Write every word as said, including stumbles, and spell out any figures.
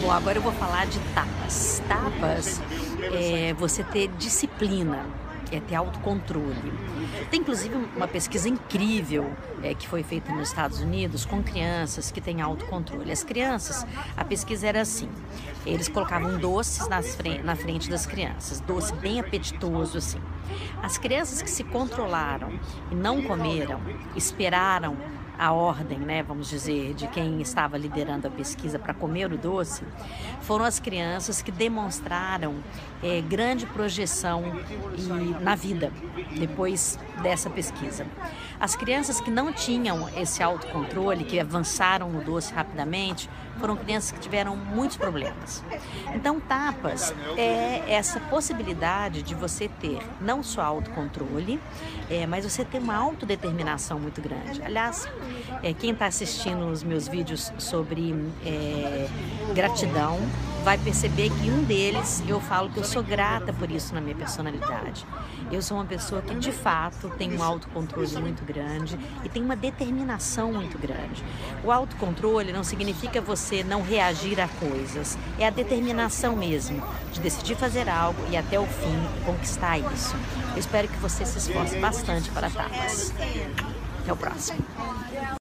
Bom, agora eu vou falar de tapas. Tapas é você ter disciplina, é ter autocontrole. Tem inclusive uma pesquisa incrível é, que foi feita nos Estados Unidos com crianças que têm autocontrole. As crianças, a pesquisa era assim, eles colocavam doces nas fre- na frente das crianças, doce bem apetitoso assim. As crianças que se controlaram e não comeram, esperaram a ordem, né, vamos dizer, de quem estava liderando a pesquisa para comer o doce, foram as crianças que demonstraram é, grande projeção e, na vida, depois dessa pesquisa. As crianças que não tinham esse autocontrole, que avançaram no doce rapidamente, foram crianças que tiveram muitos problemas. Então, tapas é essa possibilidade de você ter não só autocontrole, é, mas você ter uma autodeterminação muito grande. Aliás, é, quem está assistindo os meus vídeos sobre é, gratidão vai perceber que um deles eu falo que eu sou grata por isso na minha personalidade. Eu sou uma pessoa que de fato tem um autocontrole muito grande e tem uma determinação muito grande. O autocontrole não significa você não reagir a coisas, é a determinação mesmo de decidir fazer algo e até o fim conquistar isso. Eu espero que você se esforce bastante para tapas. Até o próximo.